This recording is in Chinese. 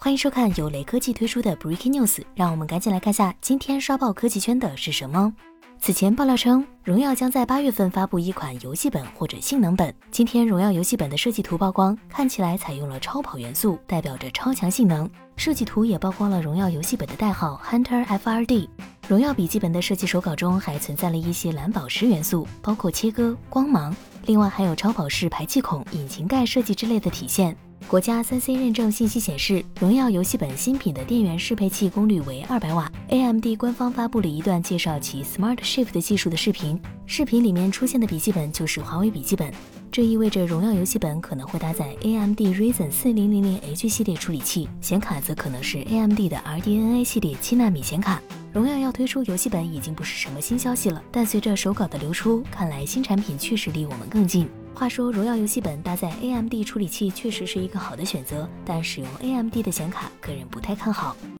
欢迎收看由雷科技推出的 Breaking News， 让我们赶紧来看下今天刷爆科技圈的是什么。此前爆料称，荣耀将在8月份发布一款游戏本或者性能本。今天荣耀游戏本的设计图曝光，看起来采用了超跑元素，代表着超强性能。设计图也曝光了荣耀游戏本的代号 Hunter FRD。荣耀笔记本的设计手稿中还存在了一些蓝宝石元素，包括切割、光芒，另外还有超跑式排气孔、引擎盖设计之类的体现。国家3C 认证信息显示，荣耀游戏本新品的电源适配器功率为200瓦。AMD 官方发布了一段介绍其 Smart Shift 技术的视频，视频里面出现的笔记本就是华为笔记本，这意味着荣耀游戏本可能会搭载 AMD Ryzen 4000H 系列处理器，显卡则可能是 AMD 的 RDNA 系列7纳米显卡。荣耀要推出游戏本已经不是什么新消息了，但随着手稿的流出，看来新产品确实离我们更近。话说，荣耀游戏本搭载 AMD 处理器确实是一个好的选择，但使用 AMD 的显卡，个人不太看好。